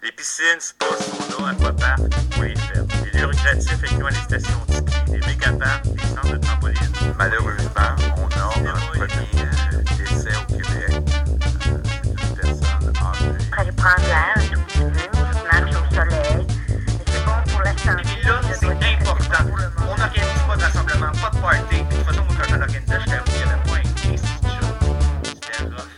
Les piscines, spas, sauna, aquaparks, oui, les lieux récréatifs incluant les stations de ski, les mégaparks, les centres de trampoline. Malheureusement, on a un premier décès au Québec. C'est une personne âgée. Aller prendre l'air un tout petit peu, marche au soleil. C'est bon pour la santé. Et là, c'est important. On n'organise pas de rassemblement, pas de party. De toute façon, moi, quand j'en organisais, je t'avoue qu'il y avait moins 15 petites choses. C'était rough.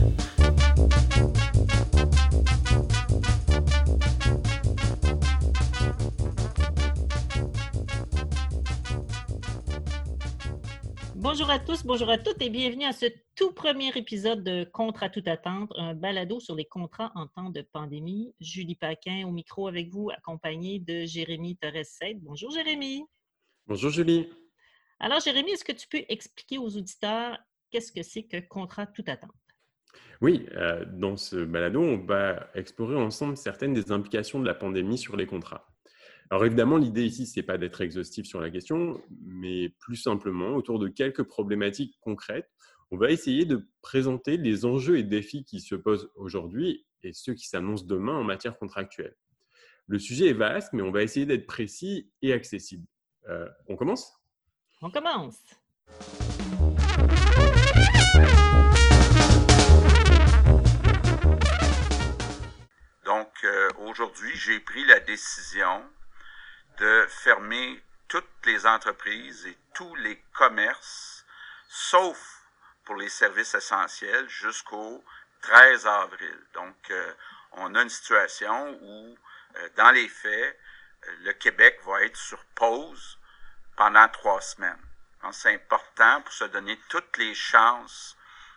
Bonjour à tous, bonjour à toutes et bienvenue à ce tout premier épisode de Contre à toute attente, un balado sur les contrats en temps de pandémie. Julie Paquin au micro avec vous, accompagnée de Jérémy Torres-Seyde. Bonjour Jérémy. Bonjour Julie. Alors Jérémy, est-ce que tu peux expliquer aux auditeurs qu'est-ce que c'est que Contrat toute attente? Oui, dans ce balado, on va explorer ensemble certaines des implications de la pandémie sur les contrats. Alors évidemment, l'idée ici, ce n'est pas d'être exhaustif sur la question, mais plus simplement, autour de quelques problématiques concrètes, on va essayer de présenter les enjeux et défis qui se posent aujourd'hui et ceux qui s'annoncent demain en matière contractuelle. Le sujet est vaste, mais on va essayer d'être précis et accessible. On commence ? On commence! Donc, aujourd'hui, j'ai pris la décision de fermer toutes les entreprises et tous les commerces, sauf pour les services essentiels, jusqu'au 13 avril. Donc, on a une situation où, dans les faits, le Québec va être sur pause pendant 3 semaines. Donc, c'est important pour se donner toutes les chances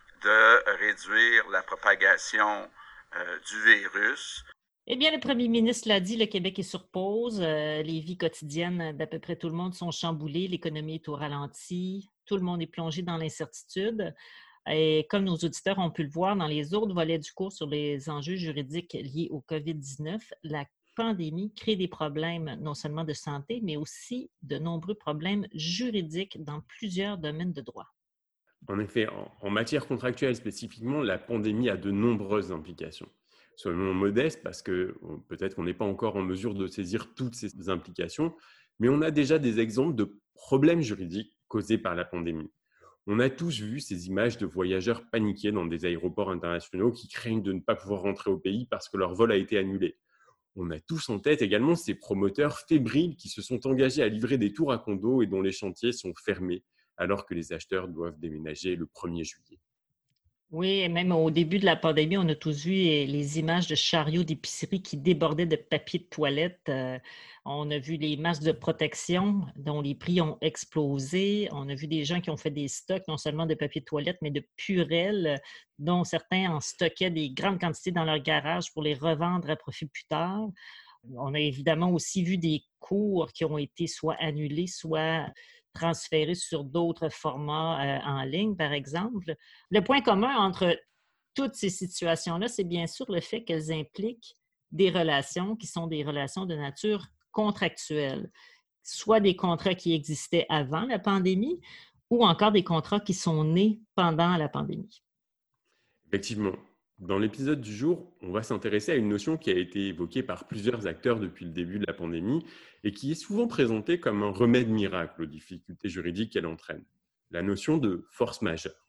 de réduire la propagation du virus. Eh bien, le premier ministre l'a dit, le Québec est sur pause. Les vies quotidiennes d'à peu près tout le monde sont chamboulées. L'économie est au ralenti. Tout le monde est plongé dans l'incertitude. Et comme nos auditeurs ont pu le voir dans les autres volets du cours sur les enjeux juridiques liés au COVID-19, la pandémie crée des problèmes non seulement de santé, mais aussi de nombreux problèmes juridiques dans plusieurs domaines de droit. En effet, en matière contractuelle spécifiquement, la pandémie a de nombreuses implications. Soyons modestes parce que peut-être qu'on n'est pas encore en mesure de saisir toutes ces implications, mais on a déjà des exemples de problèmes juridiques causés par la pandémie. On a tous vu ces images de voyageurs paniqués dans des aéroports internationaux qui craignent de ne pas pouvoir rentrer au pays parce que leur vol a été annulé. On a tous en tête également ces promoteurs fébriles qui se sont engagés à livrer des tours à condos et dont les chantiers sont fermés alors que les acheteurs doivent déménager le 1er juillet. Oui, et même au début de la pandémie, on a tous vu les images de chariots d'épicerie qui débordaient de papier de toilette. On a vu les masques de protection dont les prix ont explosé. On a vu des gens qui ont fait des stocks, non seulement de papier de toilette, mais de Purell, dont certains en stockaient des grandes quantités dans leur garage pour les revendre à profit plus tard. On a évidemment aussi vu des cours qui ont été soit annulés, soit transférés sur d'autres formats en ligne, par exemple. Le point commun entre toutes ces situations-là, c'est bien sûr le fait qu'elles impliquent des relations qui sont des relations de nature contractuelle, soit des contrats qui existaient avant la pandémie ou encore des contrats qui sont nés pendant la pandémie. Effectivement. Dans l'épisode du jour, on va s'intéresser à une notion qui a été évoquée par plusieurs acteurs depuis le début de la pandémie et qui est souvent présentée comme un remède miracle aux difficultés juridiques qu'elle entraîne, la notion de force majeure.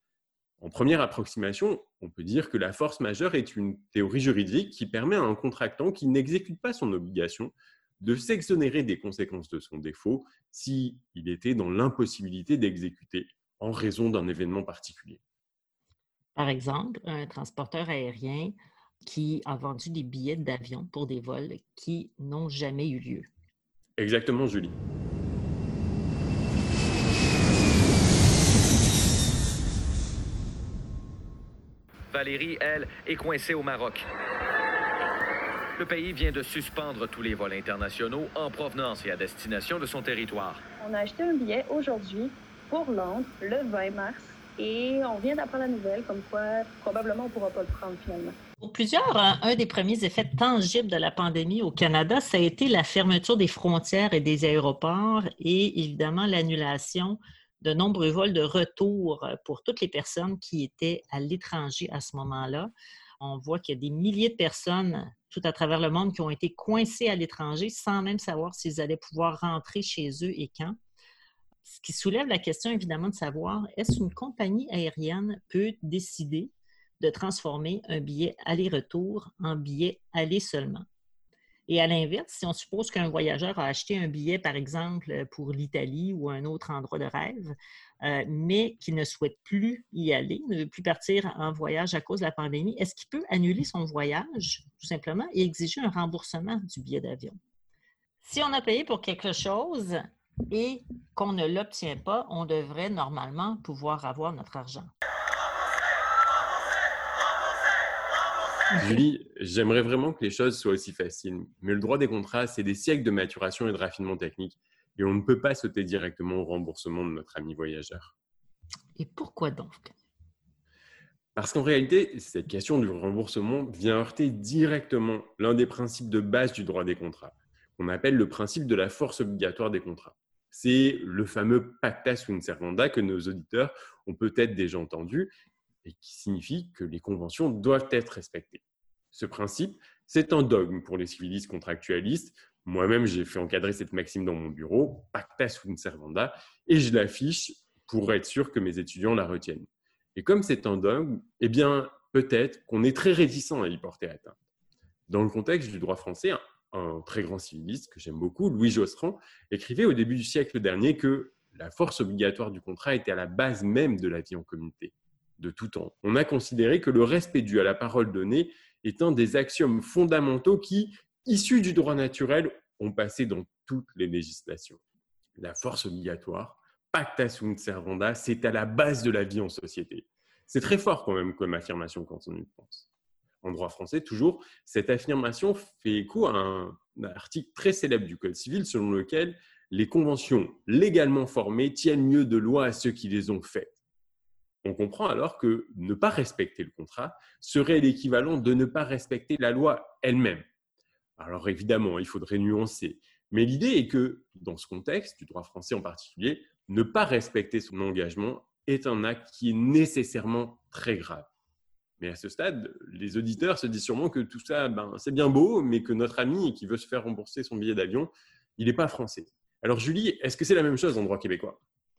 En première approximation, on peut dire que la force majeure est une théorie juridique qui permet à un contractant qui n'exécute pas son obligation de s'exonérer des conséquences de son défaut s'il était dans l'impossibilité d'exécuter en raison d'un événement particulier. Par exemple, un transporteur aérien qui a vendu des billets d'avion pour des vols qui n'ont jamais eu lieu. Exactement, Julie. Valérie, elle, est coincée au Maroc. Le pays vient de suspendre tous les vols internationaux en provenance et à destination de son territoire. On a acheté un billet aujourd'hui pour Londres, le 20 mars. Et on vient d'apprendre la nouvelle, comme quoi probablement on ne pourra pas le prendre finalement. Pour plusieurs, un des premiers effets tangibles de la pandémie au Canada, ça a été la fermeture des frontières et des aéroports et évidemment l'annulation de nombreux vols de retour pour toutes les personnes qui étaient à l'étranger à ce moment-là. On voit qu'il y a des milliers de personnes tout à travers le monde qui ont été coincées à l'étranger sans même savoir s'ils allaient pouvoir rentrer chez eux et quand. Ce qui soulève la question, évidemment, de savoir, est-ce qu'une compagnie aérienne peut décider de transformer un billet aller-retour en billet aller seulement? Et à l'inverse, si on suppose qu'un voyageur a acheté un billet, par exemple, pour l'Italie ou un autre endroit de rêve, mais qui ne souhaite plus y aller, ne veut plus partir en voyage à cause de la pandémie, est-ce qu'il peut annuler son voyage, tout simplement, et exiger un remboursement du billet d'avion? Si on a payé pour quelque chose et qu'on ne l'obtient pas, on devrait normalement pouvoir avoir notre argent. Julie, j'aimerais vraiment que les choses soient aussi faciles, mais le droit des contrats, c'est des siècles de maturation et de raffinement technique, et on ne peut pas sauter directement au remboursement de notre ami voyageur. Et pourquoi donc? Parce qu'en réalité, cette question du remboursement vient heurter directement l'un des principes de base du droit des contrats, qu'on appelle le principe de la force obligatoire des contrats. C'est le fameux pacta sunt servanda que nos auditeurs ont peut-être déjà entendu, et qui signifie que les conventions doivent être respectées. Ce principe, c'est un dogme pour les civilistes contractualistes. Moi-même, j'ai fait encadrer cette maxime dans mon bureau, pacta sunt servanda, et je l'affiche pour être sûr que mes étudiants la retiennent. Et comme c'est un dogme, eh bien, peut-être qu'on est très réticent à y porter atteinte. Dans le contexte du droit français, un très grand civiliste que j'aime beaucoup, Louis Josserand, écrivait au début du siècle dernier que la force obligatoire du contrat était à la base même de la vie en communauté. De tout temps. On a considéré que le respect dû à la parole donnée est un des axiomes fondamentaux qui, issus du droit naturel, ont passé dans toutes les législations. La force obligatoire, pacta sunt servanda, c'est à la base de la vie en société. C'est très fort quand même comme affirmation quand on y pense. En droit français, toujours, cette affirmation fait écho à un article très célèbre du Code civil selon lequel les conventions légalement formées tiennent mieux de loi à ceux qui les ont faites. On comprend alors que ne pas respecter le contrat serait l'équivalent de ne pas respecter la loi elle-même. Alors évidemment, il faudrait nuancer. Mais l'idée est que, dans ce contexte, du droit français en particulier, ne pas respecter son engagement est un acte qui est nécessairement très grave. Mais à ce stade, les auditeurs se disent sûrement que tout ça, c'est bien beau, mais que notre ami qui veut se faire rembourser son billet d'avion, il n'est pas français. Alors Julie, est-ce que c'est la même chose en droit québécois ?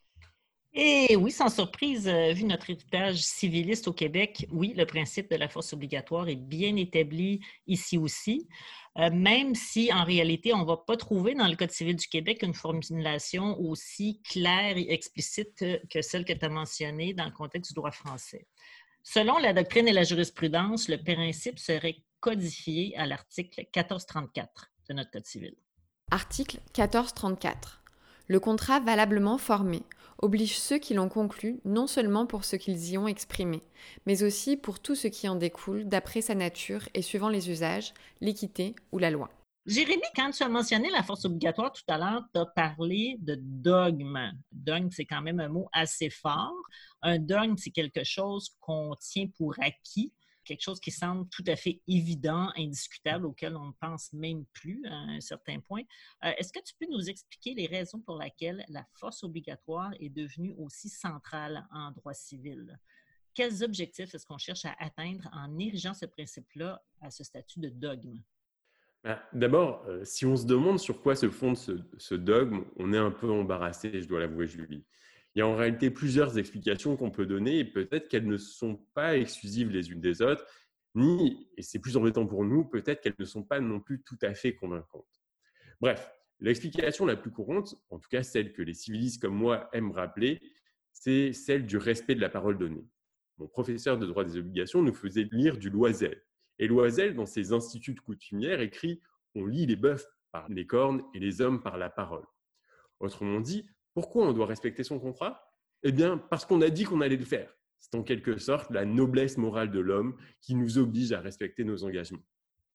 Et oui, sans surprise, vu notre héritage civiliste au Québec, oui, le principe de la force obligatoire est bien établi ici aussi, même si en réalité, on ne va pas trouver dans le Code civil du Québec une formulation aussi claire et explicite que celle que tu as mentionnée dans le contexte du droit français. Selon la doctrine et la jurisprudence, le principe serait codifié à l'article 1434 de notre Code civil. Article 1434. Le contrat valablement formé oblige ceux qui l'ont conclu non seulement pour ce qu'ils y ont exprimé, mais aussi pour tout ce qui en découle d'après sa nature et suivant les usages, l'équité ou la loi. Jérémy, quand tu as mentionné la force obligatoire tout à l'heure, tu as parlé de dogme. Dogme, c'est quand même un mot assez fort. Un dogme, c'est quelque chose qu'on tient pour acquis, quelque chose qui semble tout à fait évident, indiscutable, auquel on ne pense même plus à un certain point. Est-ce que tu peux nous expliquer les raisons pour lesquelles la force obligatoire est devenue aussi centrale en droit civil? Quels objectifs est-ce qu'on cherche à atteindre en érigeant ce principe-là à ce statut de dogme? D'abord, si on se demande sur quoi se fonde ce dogme, on est un peu embarrassé, je dois l'avouer, Julie. Il y a en réalité plusieurs explications qu'on peut donner et peut-être qu'elles ne sont pas exclusives les unes des autres, ni, et c'est plus embêtant pour nous, peut-être qu'elles ne sont pas non plus tout à fait convaincantes. Bref, l'explication la plus courante, en tout cas celle que les civilistes comme moi aiment rappeler, c'est celle du respect de la parole donnée. Mon professeur de droit des obligations nous faisait lire du Loisel. Et Loisel, dans ses instituts de coutumière, écrit « On lie les bœufs par les cornes et les hommes par la parole ». Autrement dit, pourquoi on doit respecter son contrat ? Eh bien, parce qu'on a dit qu'on allait le faire. C'est en quelque sorte la noblesse morale de l'homme qui nous oblige à respecter nos engagements.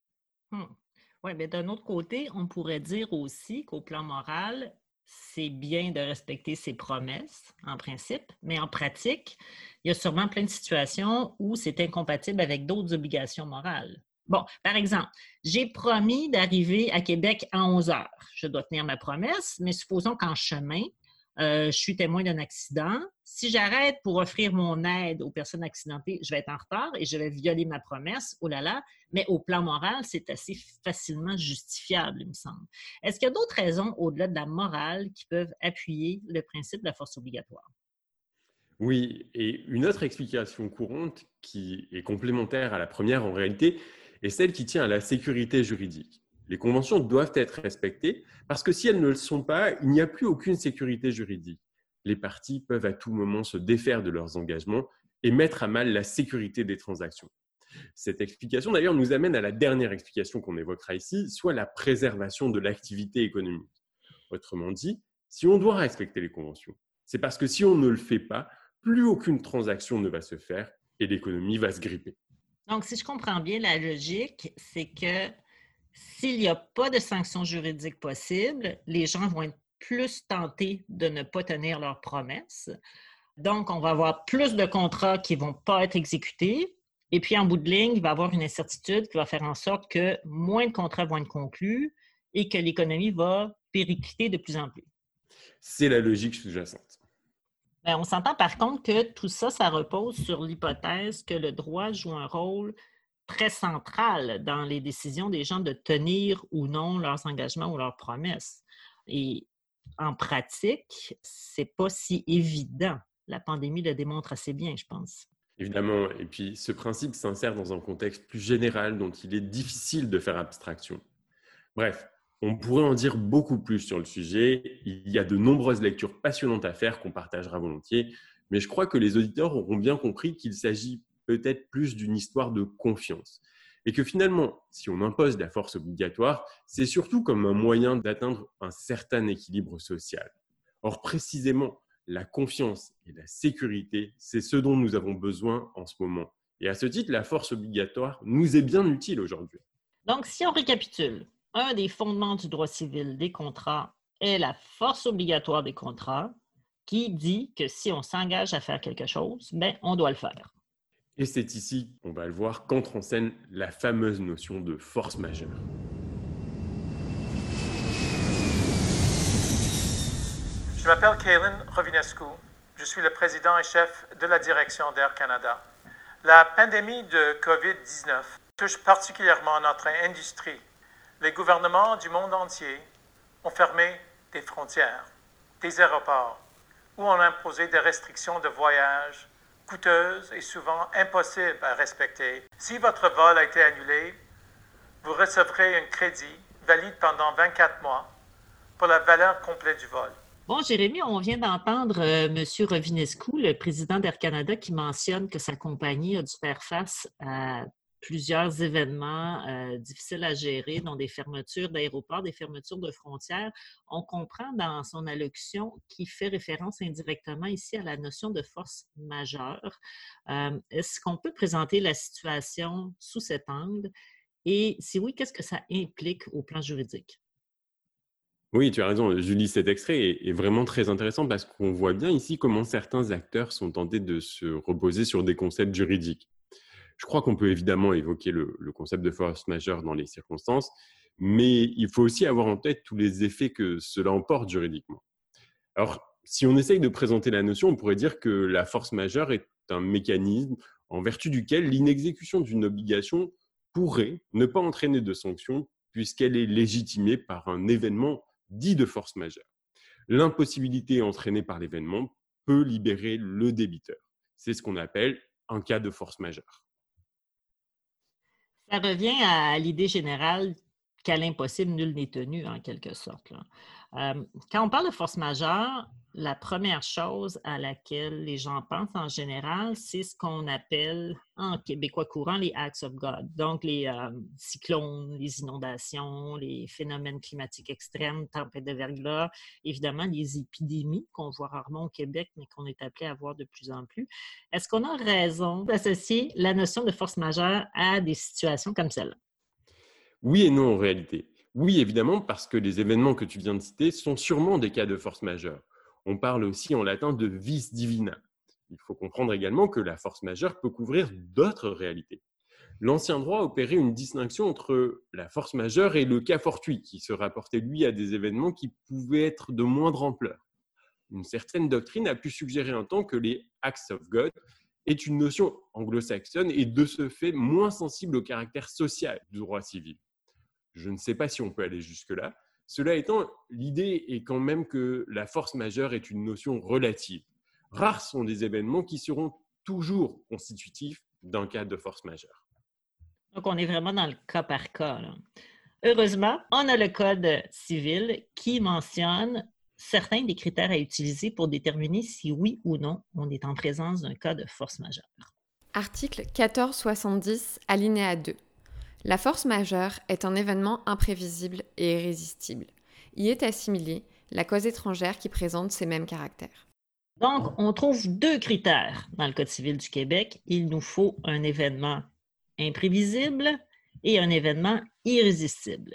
Oui, mais d'un autre côté, on pourrait dire aussi qu'au plan moral, c'est bien de respecter ses promesses, en principe, mais en pratique, il y a sûrement plein de situations où c'est incompatible avec d'autres obligations morales. Bon, par exemple, j'ai promis d'arriver à Québec à 11 heures. Je dois tenir ma promesse, mais supposons qu'en chemin, je suis témoin d'un accident. Si j'arrête pour offrir mon aide aux personnes accidentées, je vais être en retard et je vais violer ma promesse. Oh là là! Mais au plan moral, c'est assez facilement justifiable, il me semble. Est-ce qu'il y a d'autres raisons, au-delà de la morale, qui peuvent appuyer le principe de la force obligatoire? Oui, et une autre explication courante qui est complémentaire à la première en réalité est celle qui tient à la sécurité juridique. Les conventions doivent être respectées parce que si elles ne le sont pas, il n'y a plus aucune sécurité juridique. Les parties peuvent à tout moment se défaire de leurs engagements et mettre à mal la sécurité des transactions. Cette explication d'ailleurs nous amène à la dernière explication qu'on évoquera ici, soit la préservation de l'activité économique. Autrement dit, si on doit respecter les conventions, c'est parce que si on ne le fait pas, plus aucune transaction ne va se faire et l'économie va se gripper. Donc, si je comprends bien, la logique, c'est que s'il n'y a pas de sanctions juridiques possibles, les gens vont être plus tentés de ne pas tenir leurs promesses. Donc, on va avoir plus de contrats qui ne vont pas être exécutés. Et puis, en bout de ligne, il va y avoir une incertitude qui va faire en sorte que moins de contrats vont être conclus et que l'économie va péricliter de plus en plus. C'est la logique sous-jacente. On s'entend par contre que tout ça, ça repose sur l'hypothèse que le droit joue un rôle très central dans les décisions des gens de tenir ou non leurs engagements ou leurs promesses. Et en pratique, c'est pas si évident. La pandémie le démontre assez bien, je pense. Évidemment, et puis ce principe s'insère dans un contexte plus général dont il est difficile de faire abstraction. Bref, on pourrait en dire beaucoup plus sur le sujet. Il y a de nombreuses lectures passionnantes à faire qu'on partagera volontiers, mais je crois que les auditeurs auront bien compris qu'il s'agit peut-être plus d'une histoire de confiance. Et que finalement, si on impose la force obligatoire, c'est surtout comme un moyen d'atteindre un certain équilibre social. Or, précisément, la confiance et la sécurité, c'est ce dont nous avons besoin en ce moment. Et à ce titre, la force obligatoire nous est bien utile aujourd'hui. Donc, si on récapitule, un des fondements du droit civil des contrats est la force obligatoire des contrats qui dit que si on s'engage à faire quelque chose, on doit le faire. Et c'est ici qu'on va le voir qu'entre en scène la fameuse notion de force majeure. Je m'appelle Kaylin Rovinescu. Je suis le président et chef de la direction d'Air Canada. La pandémie de COVID-19 touche particulièrement notre industrie. Les gouvernements du monde entier ont fermé des frontières, des aéroports, ou ont imposé des restrictions de voyage coûteuses et souvent impossibles à respecter. Si votre vol a été annulé, vous recevrez un crédit valide pendant 24 mois pour la valeur complète du vol. Bon, Jérémy, on vient d'entendre M. Rovinescu, le président d'Air Canada, qui mentionne que sa compagnie a dû faire face à plusieurs événements difficiles à gérer, dont des fermetures d'aéroports, des fermetures de frontières. On comprend dans son allocution qu'il fait référence indirectement ici à la notion de force majeure. Est-ce qu'on peut présenter la situation sous cet angle? Et si oui, qu'est-ce que ça implique au plan juridique? Oui, tu as raison, Julie, cet extrait est vraiment très intéressant parce qu'on voit bien ici comment certains acteurs sont tentés de se reposer sur des concepts juridiques. Je crois qu'on peut évidemment évoquer le concept de force majeure dans les circonstances, mais il faut aussi avoir en tête tous les effets que cela emporte juridiquement. Alors, si on essaye de présenter la notion, on pourrait dire que la force majeure est un mécanisme en vertu duquel l'inexécution d'une obligation pourrait ne pas entraîner de sanctions puisqu'elle est légitimée par un événement dit de force majeure. L'impossibilité entraînée par l'événement peut libérer le débiteur. C'est ce qu'on appelle un cas de force majeure. Ça revient à l'idée générale qu'à l'impossible, nul n'est tenu, en quelque sorte. Quand on parle de force majeure, la première chose à laquelle les gens pensent en général, c'est ce qu'on appelle en québécois courant les acts of God. Donc, les cyclones, les inondations, les phénomènes climatiques extrêmes, tempêtes de verglas, évidemment, les épidémies qu'on voit rarement au Québec, mais qu'on est appelé à voir de plus en plus. Est-ce qu'on a raison d'associer la notion de force majeure à des situations comme celle-là? Oui et non en réalité. Oui, évidemment, parce que les événements que tu viens de citer sont sûrement des cas de force majeure. On parle aussi en latin de vis divina. Il faut comprendre également que la force majeure peut couvrir d'autres réalités. L'ancien droit opérait une distinction entre la force majeure et le cas fortuit, qui se rapportait, lui, à des événements qui pouvaient être de moindre ampleur. Une certaine doctrine a pu suggérer un temps que les acts of God est une notion anglo-saxonne et de ce fait moins sensible au caractère social du droit civil. Je ne sais pas si on peut aller jusque-là. Cela étant, l'idée est quand même que la force majeure est une notion relative. Rares sont des événements qui seront toujours constitutifs d'un cas de force majeure. Donc, on est vraiment dans le cas par cas, là. Heureusement, on a le Code civil qui mentionne certains des critères à utiliser pour déterminer si oui ou non on est en présence d'un cas de force majeure. Article 1470, alinéa 2. La force majeure est un événement imprévisible et irrésistible. Y est assimilée la cause étrangère qui présente ces mêmes caractères. Donc, on trouve deux critères dans le Code civil du Québec. Il nous faut un événement imprévisible et un événement irrésistible.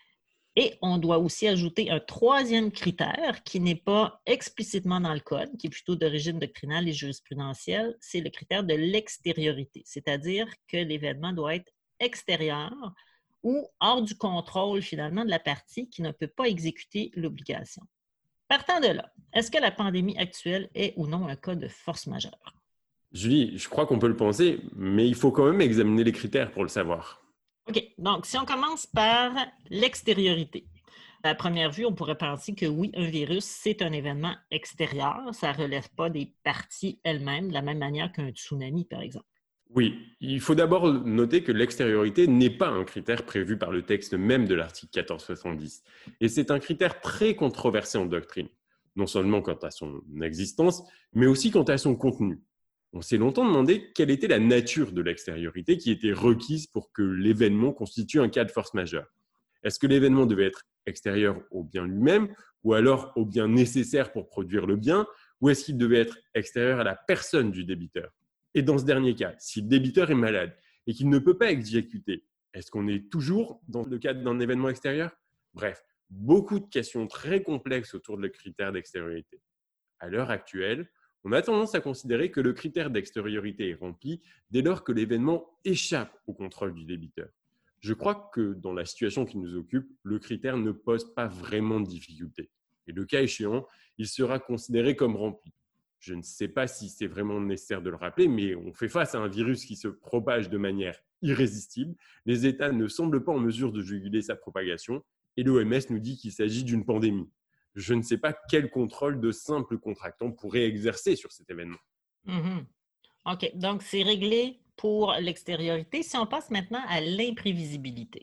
Et on doit aussi ajouter un troisième critère qui n'est pas explicitement dans le Code, qui est plutôt d'origine doctrinale et jurisprudentielle, c'est le critère de l'extériorité, c'est-à-dire que l'événement doit être extérieur ou hors du contrôle finalement de la partie qui ne peut pas exécuter l'obligation. Partant de là, est-ce que la pandémie actuelle est ou non un cas de force majeure? Julie, je crois qu'on peut le penser, mais il faut quand même examiner les critères pour le savoir. OK. Donc, si on commence par l'extériorité. À première vue, on pourrait penser que oui, un virus, c'est un événement extérieur. Ça ne relève pas des parties elles-mêmes, de la même manière qu'un tsunami, par exemple. Oui, il faut d'abord noter que l'extériorité n'est pas un critère prévu par le texte même de l'article 1470. Et c'est un critère très controversé en doctrine, non seulement quant à son existence, mais aussi quant à son contenu. On s'est longtemps demandé quelle était la nature de l'extériorité qui était requise pour que l'événement constitue un cas de force majeure. Est-ce que l'événement devait être extérieur au bien lui-même, ou alors au bien nécessaire pour produire le bien, ou est-ce qu'il devait être extérieur à la personne du débiteur? Et dans ce dernier cas, si le débiteur est malade et qu'il ne peut pas exécuter, est-ce qu'on est toujours dans le cadre d'un événement extérieur? Bref, beaucoup de questions très complexes autour de le critère d'extériorité. À l'heure actuelle, on a tendance à considérer que le critère d'extériorité est rempli dès lors que l'événement échappe au contrôle du débiteur. Je crois que dans la situation qui nous occupe, le critère ne pose pas vraiment de difficulté. Et le cas échéant, il sera considéré comme rempli. Je ne sais pas si c'est vraiment nécessaire de le rappeler, mais on fait face à un virus qui se propage de manière irrésistible. Les États ne semblent pas en mesure de juguler sa propagation et l'OMS nous dit qu'il s'agit d'une pandémie. Je ne sais pas quel contrôle de simples contractants pourrait exercer sur cet événement. OK. Donc, c'est réglé pour l'extériorité. Si on passe maintenant à l'imprévisibilité.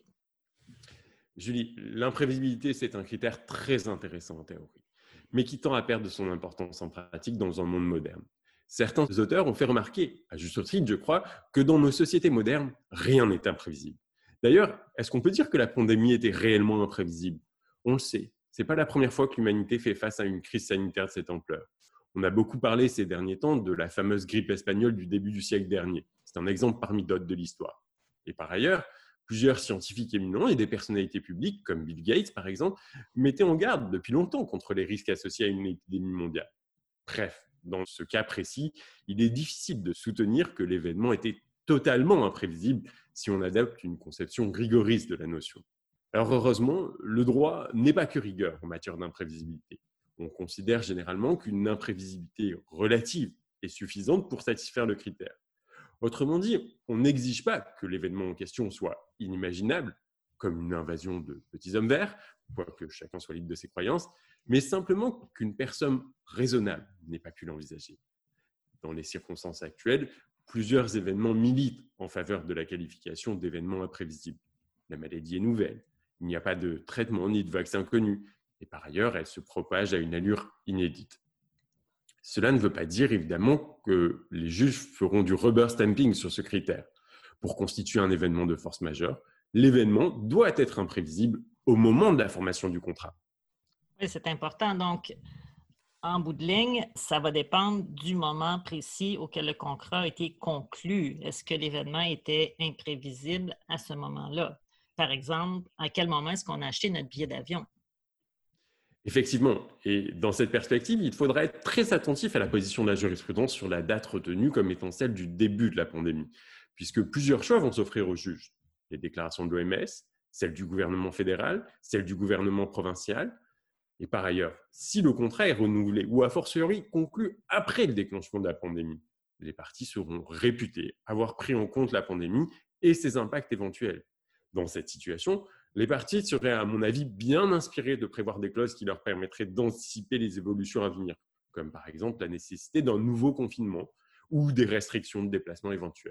Julie, l'imprévisibilité, c'est un critère très intéressant en théorie, mais qui tend à perdre de son importance en pratique dans un monde moderne. Certains auteurs ont fait remarquer, à juste titre, je crois, que dans nos sociétés modernes, rien n'est imprévisible. D'ailleurs, est-ce qu'on peut dire que la pandémie était réellement imprévisible? On le sait. Ce n'est pas la première fois que l'humanité fait face à une crise sanitaire de cette ampleur. On a beaucoup parlé ces derniers temps de la fameuse grippe espagnole du début du siècle dernier. C'est un exemple parmi d'autres de l'histoire. Et par ailleurs, plusieurs scientifiques éminents et des personnalités publiques, comme Bill Gates par exemple, mettaient en garde depuis longtemps contre les risques associés à une épidémie mondiale. Bref, dans ce cas précis, il est difficile de soutenir que l'événement était totalement imprévisible si on adopte une conception rigoriste de la notion. Alors heureusement, le droit n'est pas que rigueur en matière d'imprévisibilité. On considère généralement qu'une imprévisibilité relative est suffisante pour satisfaire le critère. Autrement dit, on n'exige pas que l'événement en question soit inimaginable, comme une invasion de petits hommes verts, quoique chacun soit libre de ses croyances, mais simplement qu'une personne raisonnable n'ait pas pu l'envisager. Dans les circonstances actuelles, plusieurs événements militent en faveur de la qualification d'événements imprévisibles. La maladie est nouvelle. Il n'y a pas de traitement ni de vaccin connu. Et par ailleurs, elle se propage à une allure inédite. Cela ne veut pas dire, évidemment, que les juges feront du rubber stamping sur ce critère. Pour constituer un événement de force majeure, l'événement doit être imprévisible au moment de la formation du contrat. Oui, c'est important. Donc, en bout de ligne, ça va dépendre du moment précis auquel le contrat a été conclu. Est-ce que l'événement était imprévisible à ce moment-là? Par exemple, à quel moment est-ce qu'on a acheté notre billet d'avion? Effectivement, et dans cette perspective, il faudra être très attentif à la position de la jurisprudence sur la date retenue comme étant celle du début de la pandémie, puisque plusieurs choix vont s'offrir aux juges. Les déclarations de l'OMS, celles du gouvernement fédéral, celles du gouvernement provincial. Et par ailleurs, si le contrat est renouvelé ou a fortiori conclu après le déclenchement de la pandémie, les parties seront réputées avoir pris en compte la pandémie et ses impacts éventuels. Dans cette situation, les parties seraient, à mon avis, bien inspirées de prévoir des clauses qui leur permettraient d'anticiper les évolutions à venir, comme par exemple la nécessité d'un nouveau confinement ou des restrictions de déplacement éventuelles.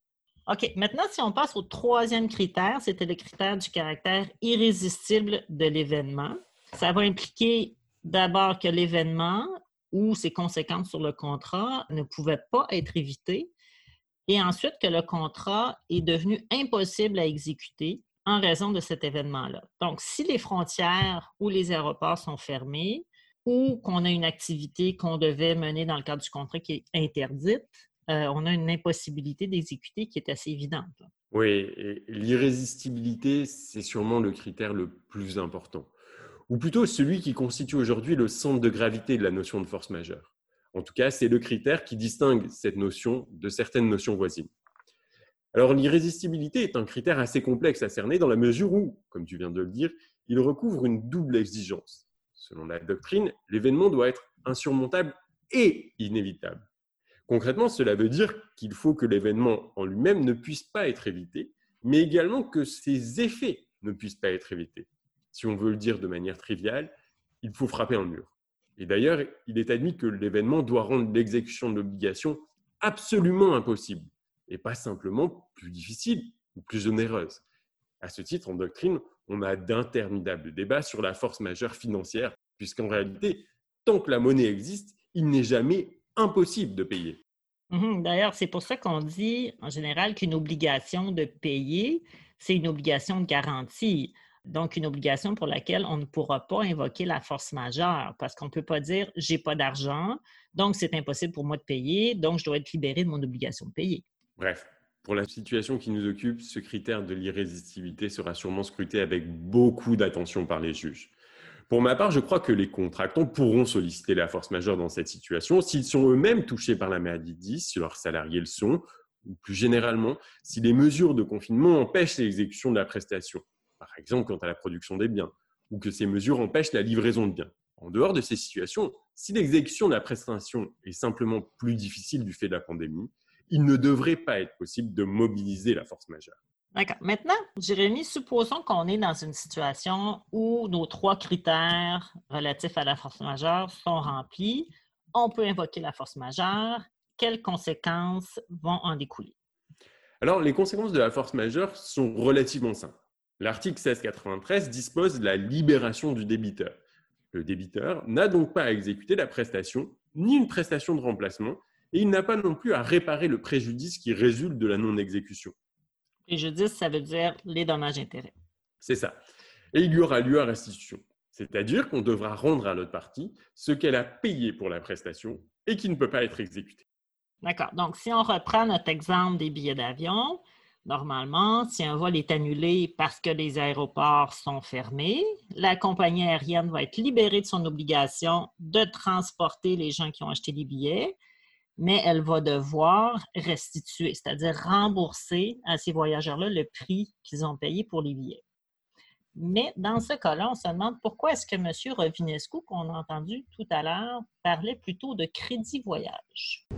OK. Maintenant, si on passe au troisième critère, c'était le critère du caractère irrésistible de l'événement. Ça va impliquer d'abord que l'événement ou ses conséquences sur le contrat ne pouvaient pas être évitées et ensuite que le contrat est devenu impossible à exécuter en raison de cet événement-là. Donc, si les frontières ou les aéroports sont fermés ou qu'on a une activité qu'on devait mener dans le cadre du contrat qui est interdite, on a une impossibilité d'exécuter qui est assez évidente. Oui, et l'irrésistibilité, c'est sûrement le critère le plus important, ou plutôt celui qui constitue aujourd'hui le centre de gravité de la notion de force majeure. En tout cas, c'est le critère qui distingue cette notion de certaines notions voisines. Alors, l'irrésistibilité est un critère assez complexe à cerner dans la mesure où, comme tu viens de le dire, il recouvre une double exigence. Selon la doctrine, l'événement doit être insurmontable et inévitable. Concrètement, cela veut dire qu'il faut que l'événement en lui-même ne puisse pas être évité, mais également que ses effets ne puissent pas être évités. Si on veut le dire de manière triviale, il faut frapper un mur. Et d'ailleurs, il est admis que l'événement doit rendre l'exécution de l'obligation absolument impossible, et pas simplement plus difficile ou plus onéreuse. À ce titre, en doctrine, on a d'interminables débats sur la force majeure financière, puisqu'en réalité, tant que la monnaie existe, il n'est jamais impossible de payer. D'ailleurs, c'est pour ça qu'on dit en général qu'une obligation de payer, c'est une obligation de garantie. Donc, une obligation pour laquelle on ne pourra pas invoquer la force majeure parce qu'on ne peut pas dire « j'ai pas d'argent, donc c'est impossible pour moi de payer, donc je dois être libéré de mon obligation de payer ». Bref, pour la situation qui nous occupe, ce critère de l'irrésistibilité sera sûrement scruté avec beaucoup d'attention par les juges. Pour ma part, je crois que les contractants pourront solliciter la force majeure dans cette situation s'ils sont eux-mêmes touchés par la maladie de 10, si leurs salariés le sont, ou plus généralement, si les mesures de confinement empêchent l'exécution de la prestation, par exemple quant à la production des biens, ou que ces mesures empêchent la livraison de biens. En dehors de ces situations, si l'exécution de la prestation est simplement plus difficile du fait de la pandémie, il ne devrait pas être possible de mobiliser la force majeure. D'accord. Maintenant, Jérémy, supposons qu'on est dans une situation où nos 3 critères relatifs à la force majeure sont remplis. On peut invoquer la force majeure. Quelles conséquences vont en découler? Alors, les conséquences de la force majeure sont relativement simples. L'article 1693 dispose de la libération du débiteur. Le débiteur n'a donc pas à exécuter la prestation, ni une prestation de remplacement, et il n'a pas non plus à réparer le préjudice qui résulte de la non-exécution. Préjudice, ça veut dire les dommages-intérêts. C'est ça. Et il y aura lieu à restitution. C'est-à-dire qu'on devra rendre à l'autre partie ce qu'elle a payé pour la prestation et qui ne peut pas être exécuté. D'accord. Donc, si on reprend notre exemple des billets d'avion, normalement, si un vol est annulé parce que les aéroports sont fermés, la compagnie aérienne va être libérée de son obligation de transporter les gens qui ont acheté les billets, mais elle va devoir restituer, c'est-à-dire rembourser à ces voyageurs-là le prix qu'ils ont payé pour les billets. Mais dans ce cas-là, on se demande pourquoi est-ce que M. Rovinescu, qu'on a entendu tout à l'heure, parlait plutôt de crédit voyage.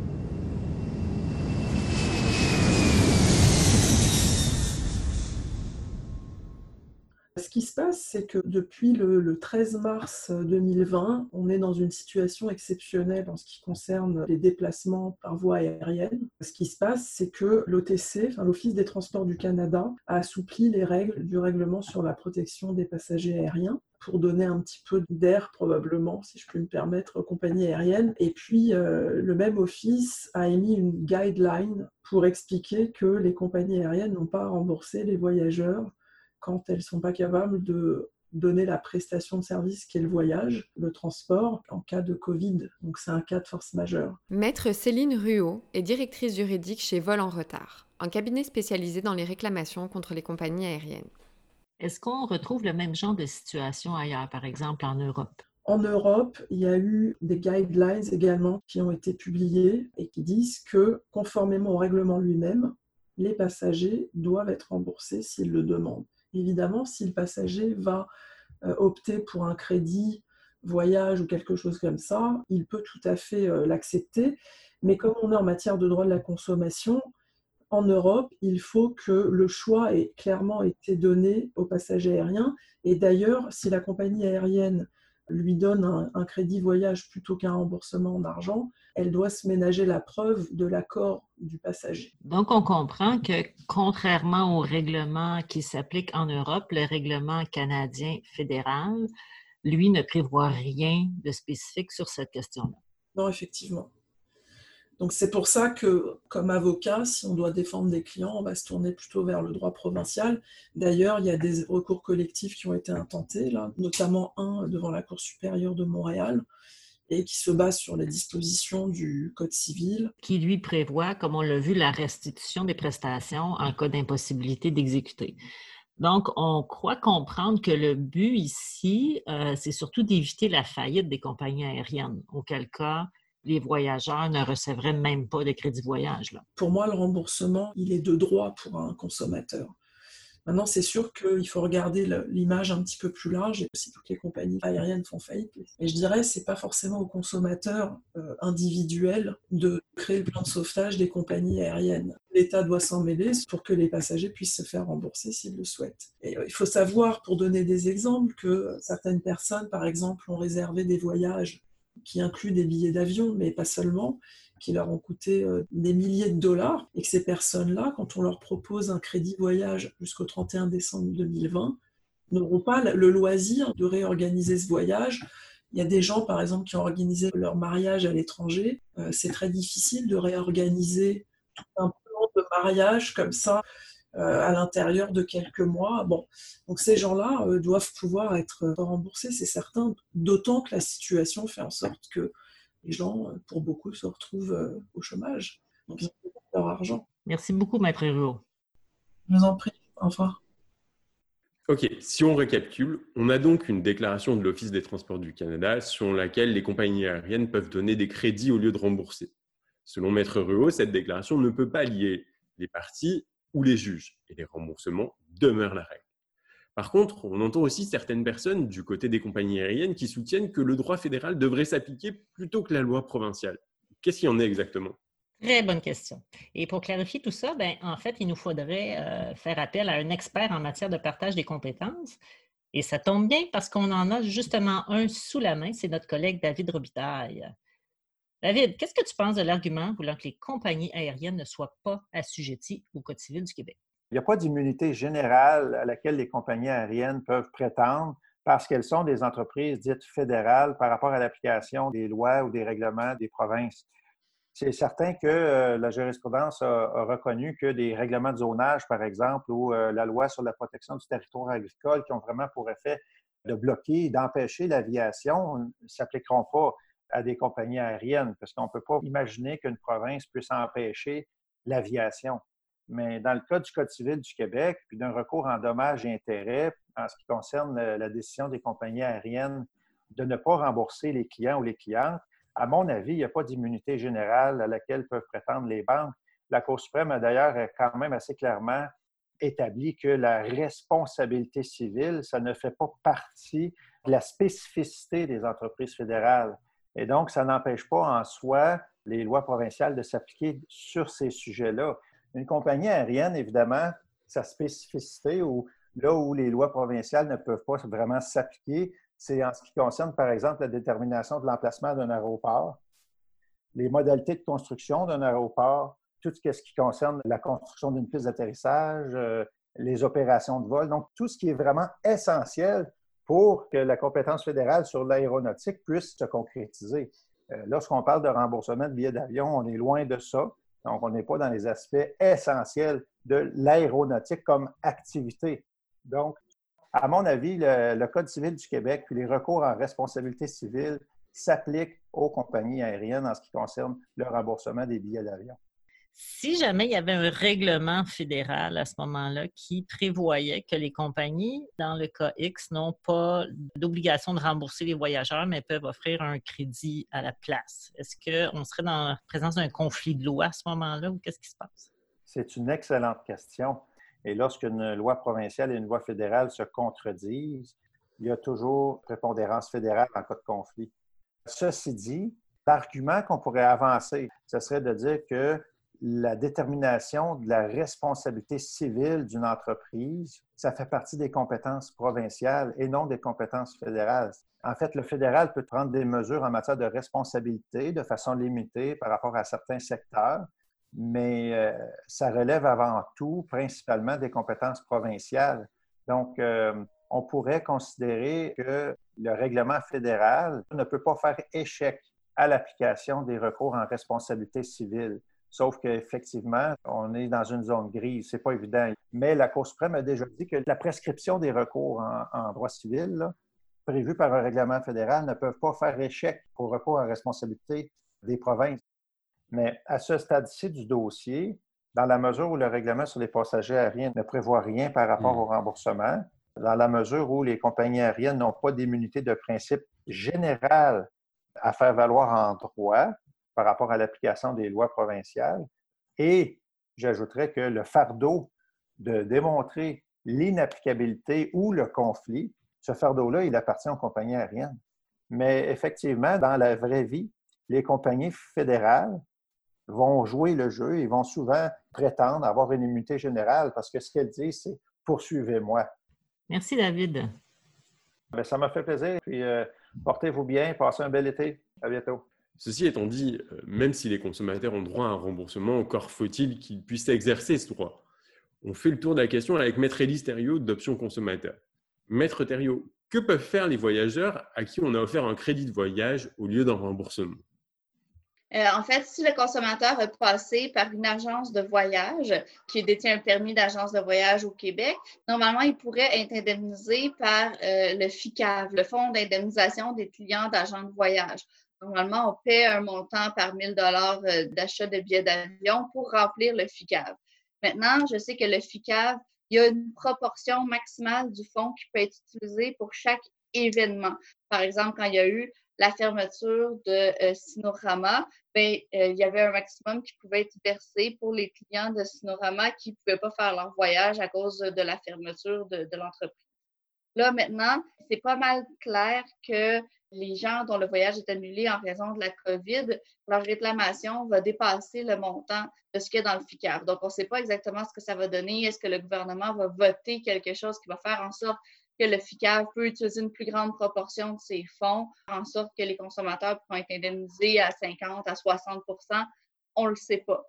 Ce qui se passe, c'est que depuis le 13 mars 2020, on est dans une situation exceptionnelle en ce qui concerne les déplacements par voie aérienne. Ce qui se passe, c'est que l'OTC, l'Office des transports du Canada, a assoupli les règles du règlement sur la protection des passagers aériens pour donner un petit peu d'air, probablement, si je peux me permettre, aux compagnies aériennes. Et puis, le même office a émis une guideline pour expliquer que les compagnies aériennes n'ont pas à rembourser les voyageurs quand elles ne sont pas capables de donner la prestation de service qu'est le voyage, le transport, en cas de Covid. Donc c'est un cas de force majeure. Maître Céline Ruot est directrice juridique chez Vol en retard, un cabinet spécialisé dans les réclamations contre les compagnies aériennes. Est-ce qu'on retrouve le même genre de situation ailleurs, par exemple en Europe? En Europe, il y a eu des guidelines également qui ont été publiées et qui disent que, conformément au règlement lui-même, les passagers doivent être remboursés s'ils le demandent. Évidemment, si le passager va opter pour un crédit voyage ou quelque chose comme ça, il peut tout à fait l'accepter. Mais comme on est en matière de droit de la consommation, en Europe, il faut que le choix ait clairement été donné aux passagers aériens. Et d'ailleurs, si la compagnie aérienne lui donne un crédit voyage plutôt qu'un remboursement en argent, elle doit se ménager la preuve de l'accord du passager. Donc, on comprend que contrairement au règlement qui s'applique en Europe, le règlement canadien fédéral, lui, ne prévoit rien de spécifique sur cette question-là. Non, effectivement. Donc c'est pour ça que, comme avocat, si on doit défendre des clients, on va se tourner plutôt vers le droit provincial. D'ailleurs, il y a des recours collectifs qui ont été intentés, là, notamment un devant la Cour supérieure de Montréal, et qui se base sur les dispositions du Code civil. Qui lui prévoit, comme on l'a vu, la restitution des prestations en cas d'impossibilité d'exécuter. Donc, on croit comprendre que le but ici, c'est surtout d'éviter la faillite des compagnies aériennes, auquel cas les voyageurs ne recevraient même pas de crédit voyage. Là. Pour moi, le remboursement, il est de droit pour un consommateur. Maintenant, c'est sûr qu'il faut regarder l'image un petit peu plus large, et aussi toutes les compagnies aériennes font faillite. Et je dirais, ce n'est pas forcément aux consommateurs individuels de créer le plan de sauvetage des compagnies aériennes. L'État doit s'en mêler pour que les passagers puissent se faire rembourser s'ils le souhaitent. Et il faut savoir, pour donner des exemples, que certaines personnes, par exemple, ont réservé des voyages qui incluent des billets d'avion, mais pas seulement, qui leur ont coûté des milliers de dollars, et que ces personnes-là, quand on leur propose un crédit voyage jusqu'au 31 décembre 2020, n'auront pas le loisir de réorganiser ce voyage. Il y a des gens, par exemple, qui ont organisé leur mariage à l'étranger. C'est très difficile de réorganiser tout un plan de mariage comme ça à l'intérieur de quelques mois. Bon, donc ces gens-là doivent pouvoir être remboursés, c'est certain, d'autant que la situation fait en sorte que les gens, pour beaucoup, se retrouvent au chômage. Donc, ils ont besoin de leur argent. Merci beaucoup, Maître Héruot. Je vous en prie. Au revoir. OK, si on récapitule, on a donc une déclaration de l'Office des transports du Canada selon laquelle les compagnies aériennes peuvent donner des crédits au lieu de rembourser. Selon Maître Héruot, cette déclaration ne peut pas lier les parties ou les juges, et les remboursements demeurent la règle. Par contre, on entend aussi certaines personnes du côté des compagnies aériennes qui soutiennent que le droit fédéral devrait s'appliquer plutôt que la loi provinciale. Qu'est-ce qu'il y en est exactement? Très bonne question. Et pour clarifier tout ça, en fait, il nous faudrait faire appel à un expert en matière de partage des compétences. Et ça tombe bien parce qu'on en a justement un sous la main, c'est notre collègue David Robitaille. David, qu'est-ce que tu penses de l'argument voulant que les compagnies aériennes ne soient pas assujetties au Code civil du Québec? Il n'y a pas d'immunité générale à laquelle les compagnies aériennes peuvent prétendre parce qu'elles sont des entreprises dites fédérales par rapport à l'application des lois ou des règlements des provinces. C'est certain que la jurisprudence a reconnu que des règlements de zonage, par exemple, ou la loi sur la protection du territoire agricole qui ont vraiment pour effet de bloquer, d'empêcher l'aviation, ne s'appliqueront pas à des compagnies aériennes parce qu'on ne peut pas imaginer qu'une province puisse empêcher l'aviation. Mais dans le cas du Code civil du Québec, puis d'un recours en dommages et intérêts en ce qui concerne la décision des compagnies aériennes de ne pas rembourser les clients ou les clientes, à mon avis, il n'y a pas d'immunité générale à laquelle peuvent prétendre les banques. La Cour suprême a d'ailleurs quand même assez clairement établi que la responsabilité civile, ça ne fait pas partie de la spécificité des entreprises fédérales. Et donc, ça n'empêche pas en soi les lois provinciales de s'appliquer sur ces sujets-là. Une compagnie aérienne, évidemment, sa spécificité, ou là où les lois provinciales ne peuvent pas vraiment s'appliquer, c'est en ce qui concerne, par exemple, la détermination de l'emplacement d'un aéroport, les modalités de construction d'un aéroport, tout ce qui concerne la construction d'une piste d'atterrissage, les opérations de vol. Donc, tout ce qui est vraiment essentiel pour que la compétence fédérale sur l'aéronautique puisse se concrétiser. Lorsqu'on parle de remboursement de billets d'avion, on est loin de ça. Donc, on n'est pas dans les aspects essentiels de l'aéronautique comme activité. Donc, à mon avis, le Code civil du Québec puis les recours en responsabilité civile s'appliquent aux compagnies aériennes en ce qui concerne le remboursement des billets d'avion. Si jamais il y avait un règlement fédéral à ce moment-là qui prévoyait que les compagnies, dans le cas X, n'ont pas d'obligation de rembourser les voyageurs, mais peuvent offrir un crédit à la place, est-ce qu'on serait dans la présence d'un conflit de loi à ce moment-là ou qu'est-ce qui se passe? C'est une excellente question. Et lorsqu'une loi provinciale et une loi fédérale se contredisent, il y a toujours prépondérance fédérale en cas de conflit. Ceci dit, l'argument qu'on pourrait avancer, ce serait de dire que la détermination de la responsabilité civile d'une entreprise, ça fait partie des compétences provinciales et non des compétences fédérales. En fait, le fédéral peut prendre des mesures en matière de responsabilité de façon limitée par rapport à certains secteurs, mais ça relève avant tout principalement des compétences provinciales. Donc, on pourrait considérer que le règlement fédéral ne peut pas faire échec à l'application des recours en responsabilité civile. Sauf qu'effectivement, on est dans une zone grise, c'est pas évident. Mais la Cour suprême a déjà dit que la prescription des recours en droit civil, là, prévus par un règlement fédéral, ne peuvent pas faire échec au recours en responsabilité des provinces. Mais à ce stade-ci du dossier, dans la mesure où le règlement sur les passagers aériens ne prévoit rien par rapport au remboursement, dans la mesure où les compagnies aériennes n'ont pas d'immunité de principe générale à faire valoir en droit par rapport à l'application des lois provinciales, et j'ajouterais que le fardeau de démontrer l'inapplicabilité ou le conflit, ce fardeau-là, il appartient aux compagnies aériennes. Mais effectivement, dans la vraie vie, les compagnies fédérales vont jouer le jeu et vont souvent prétendre avoir une immunité générale parce que ce qu'elles disent, c'est « poursuivez-moi ». Merci, David. Bien, ça m'a fait plaisir. Puis, portez-vous bien, passez un bel été. À bientôt. Ceci étant dit, même si les consommateurs ont droit à un remboursement, encore faut-il qu'ils puissent exercer ce droit. On fait le tour de la question avec Maître Élise Thériault d'Options Consommateurs. Maître Thériault, que peuvent faire les voyageurs à qui on a offert un crédit de voyage au lieu d'un remboursement? En fait, si le consommateur a passé par une agence de voyage qui détient un permis d'agence de voyage au Québec, normalement, il pourrait être indemnisé par le FICAV, le Fonds d'indemnisation des clients d'agents de voyage. Normalement, on paie un montant par 1 000 $ d'achat de billets d'avion pour remplir le FICAV. Maintenant, je sais que le FICAV, il y a une proportion maximale du fonds qui peut être utilisé pour chaque événement. Par exemple, quand il y a eu la fermeture de Cinorama, il y avait un maximum qui pouvait être versé pour les clients de Cinorama qui ne pouvaient pas faire leur voyage à cause de la fermeture de l'entreprise. Là, maintenant, c'est pas mal clair que les gens dont le voyage est annulé en raison de la COVID, leur réclamation va dépasser le montant de ce qu'il y a dans le FICAV. Donc, on ne sait pas exactement ce que ça va donner. Est-ce que le gouvernement va voter quelque chose qui va faire en sorte que le FICAV peut utiliser une plus grande proportion de ses fonds, en sorte que les consommateurs pourront être indemnisés à 50 à 60 %? On ne le sait pas.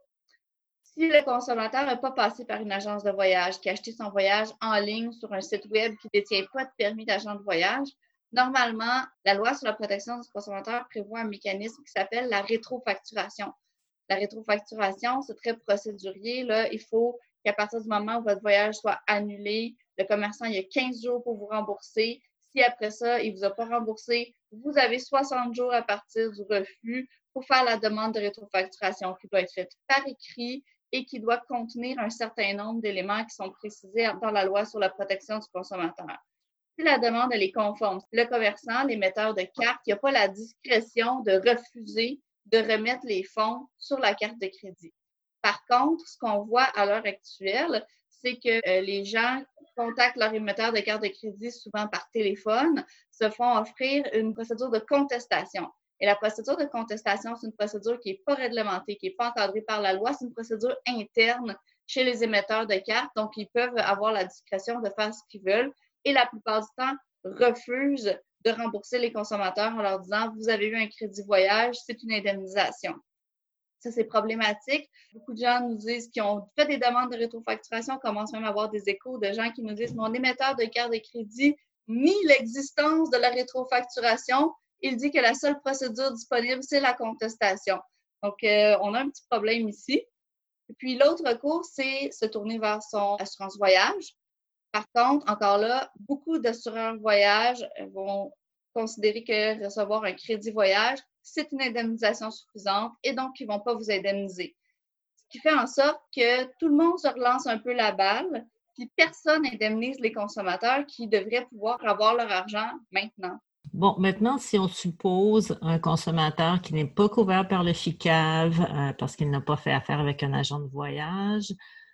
Si le consommateur n'a pas passé par une agence de voyage, qui a acheté son voyage en ligne sur un site web qui ne détient pas de permis d'agent de voyage, normalement, la loi sur la protection du consommateur prévoit un mécanisme qui s'appelle la rétrofacturation. La rétrofacturation, c'est très procédurier. Là, il faut qu'à partir du moment où votre voyage soit annulé, le commerçant, il y a 15 jours pour vous rembourser. Si après ça, il ne vous a pas remboursé, vous avez 60 jours à partir du refus pour faire la demande de rétrofacturation qui doit être faite par écrit et qui doit contenir un certain nombre d'éléments qui sont précisés dans la loi sur la protection du consommateur. Si la demande elle est conforme, le commerçant, l'émetteur de carte, il n'a pas la discrétion de refuser de remettre les fonds sur la carte de crédit. Par contre, ce qu'on voit à l'heure actuelle, c'est que les gens contactent leur émetteur de carte de crédit souvent par téléphone, se font offrir une procédure de contestation. Et la procédure de contestation, c'est une procédure qui n'est pas réglementée, qui n'est pas encadrée par la loi, c'est une procédure interne chez les émetteurs de cartes, donc ils peuvent avoir la discrétion de faire ce qu'ils veulent et la plupart du temps refusent de rembourser les consommateurs en leur disant « Vous avez eu un crédit voyage, c'est une indemnisation ». Ça, c'est problématique. Beaucoup de gens nous disent qu'ils ont fait des demandes de rétrofacturation, commencent même à avoir des échos de gens qui nous disent « Mon émetteur de carte de crédit nie l'existence de la rétrofacturation. Il dit que la seule procédure disponible, c'est la contestation. » Donc, on a un petit problème ici. Et puis, l'autre recours, c'est se tourner vers son assurance voyage. Par contre, encore là, beaucoup d'assureurs voyage vont considérer que recevoir un crédit voyage, c'est une indemnisation suffisante et donc ils ne vont pas vous indemniser. Ce qui fait en sorte que tout le monde se relance un peu la balle, puis personne n'indemnise les consommateurs qui devraient pouvoir avoir leur argent maintenant. Bon, maintenant, si on suppose un consommateur qui n'est pas couvert par le FICAV parce qu'il n'a pas fait affaire avec un agent de voyage,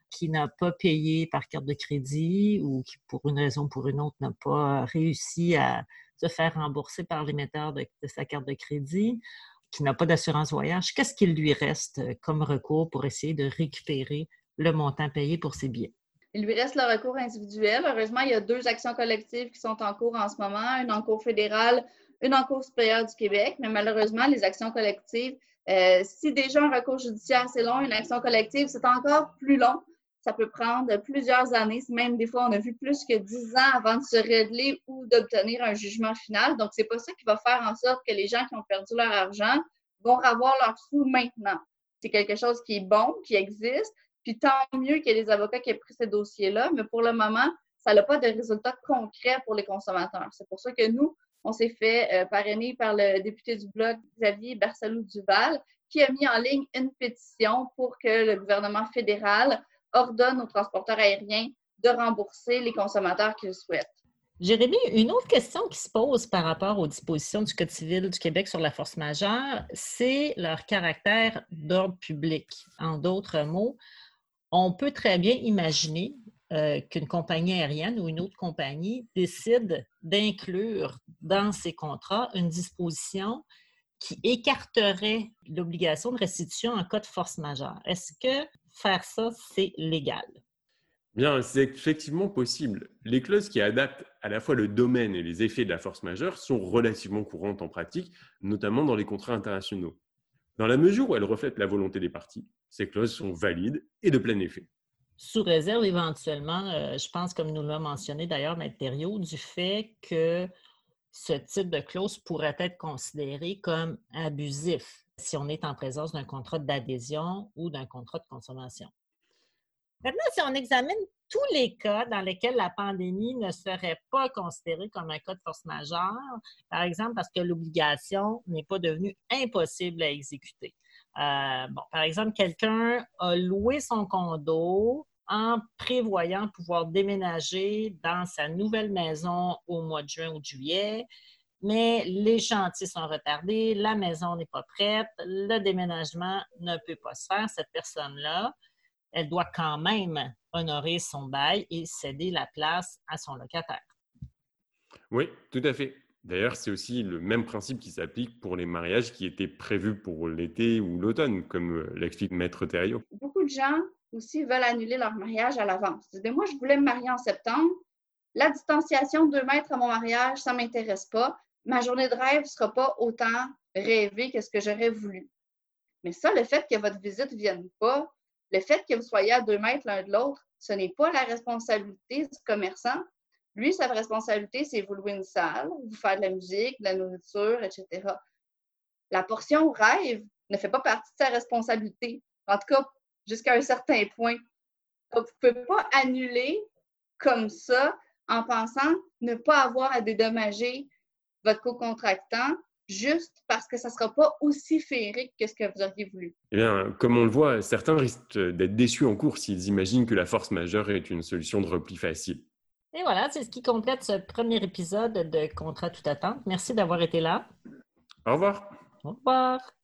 qui n'a pas payé par carte de crédit ou qui, pour une raison ou pour une autre, n'a pas réussi à se faire rembourser par l'émetteur de sa carte de crédit, qui n'a pas d'assurance voyage, qu'est-ce qu'il lui reste comme recours pour essayer de récupérer le montant payé pour ses billets? Il lui reste le recours individuel. Heureusement, il y a 2 actions collectives qui sont en cours en ce moment, une en cours fédérale, une en cour supérieure du Québec. Mais malheureusement, les actions collectives, si déjà un recours judiciaire, c'est long, une action collective, c'est encore plus long. Ça peut prendre plusieurs années. Même des fois, on a vu plus que 10 ans avant de se régler ou d'obtenir un jugement final. Donc, c'est pas ça qui va faire en sorte que les gens qui ont perdu leur argent vont avoir leurs sous maintenant. C'est quelque chose qui est bon, qui existe. Puis tant mieux qu'il y ait des avocats qui aient pris ces dossiers-là. Mais pour le moment, ça n'a pas de résultats concrets pour les consommateurs. C'est pour ça que nous, on s'est fait parrainer par le député du Bloc, Xavier Bersalou-Duval, qui a mis en ligne une pétition pour que le gouvernement fédéral ordonne aux transporteurs aériens de rembourser les consommateurs qu'ils souhaitent. Jérémy, une autre question qui se pose par rapport aux dispositions du Code civil du Québec sur la force majeure, c'est leur caractère d'ordre public. En d'autres mots, on peut très bien imaginer qu'une compagnie aérienne ou une autre compagnie décide d'inclure dans ses contrats une disposition qui écarterait l'obligation de restitution en cas de force majeure. Est-ce que faire ça, c'est légal? Bien, c'est effectivement possible. Les clauses qui adaptent à la fois le domaine et les effets de la force majeure sont relativement courantes en pratique, notamment dans les contrats internationaux. Dans la mesure où elles reflètent la volonté des parties, ces clauses sont valides et de plein effet. Sous réserve éventuellement, je pense, comme nous l'a mentionné d'ailleurs Maître Thériault, du fait que ce type de clause pourrait être considéré comme abusif si on est en présence d'un contrat d'adhésion ou d'un contrat de consommation. Maintenant, si on examine tous les cas dans lesquels la pandémie ne serait pas considérée comme un cas de force majeure, par exemple parce que l'obligation n'est pas devenue impossible à exécuter. Par exemple, quelqu'un a loué son condo en prévoyant pouvoir déménager dans sa nouvelle maison au mois de juin ou de juillet, mais les chantiers sont retardés, la maison n'est pas prête, le déménagement ne peut pas se faire. Cette personne-là, elle doit quand même honorer son bail et céder la place à son locataire. Oui, tout à fait. D'ailleurs, c'est aussi le même principe qui s'applique pour les mariages qui étaient prévus pour l'été ou l'automne, comme l'explique Maître Thériault. Beaucoup de gens aussi veulent annuler leur mariage à l'avance. Ils disent, moi, je voulais me marier en septembre. La distanciation de 2 mètres à mon mariage, ça ne m'intéresse pas. Ma journée de rêve ne sera pas autant rêvée que ce que j'aurais voulu. Mais ça, le fait que votre visite ne vienne pas, le fait que vous soyez à 2 mètres l'un de l'autre, ce n'est pas la responsabilité du commerçant. Lui, sa responsabilité, c'est vous louer une salle, vous faire de la musique, de la nourriture, etc. La portion rêve ne fait pas partie de sa responsabilité. En tout cas, jusqu'à un certain point. Donc, vous ne pouvez pas annuler comme ça en pensant ne pas avoir à dédommager votre co-contractant juste parce que ça ne sera pas aussi féerique que ce que vous auriez voulu. Eh bien, comme on le voit, certains risquent d'être déçus en cours s'ils imaginent que la force majeure est une solution de repli facile. Et voilà, c'est ce qui complète ce premier épisode de Contrat toute attente. Merci d'avoir été là. Au revoir. Au revoir.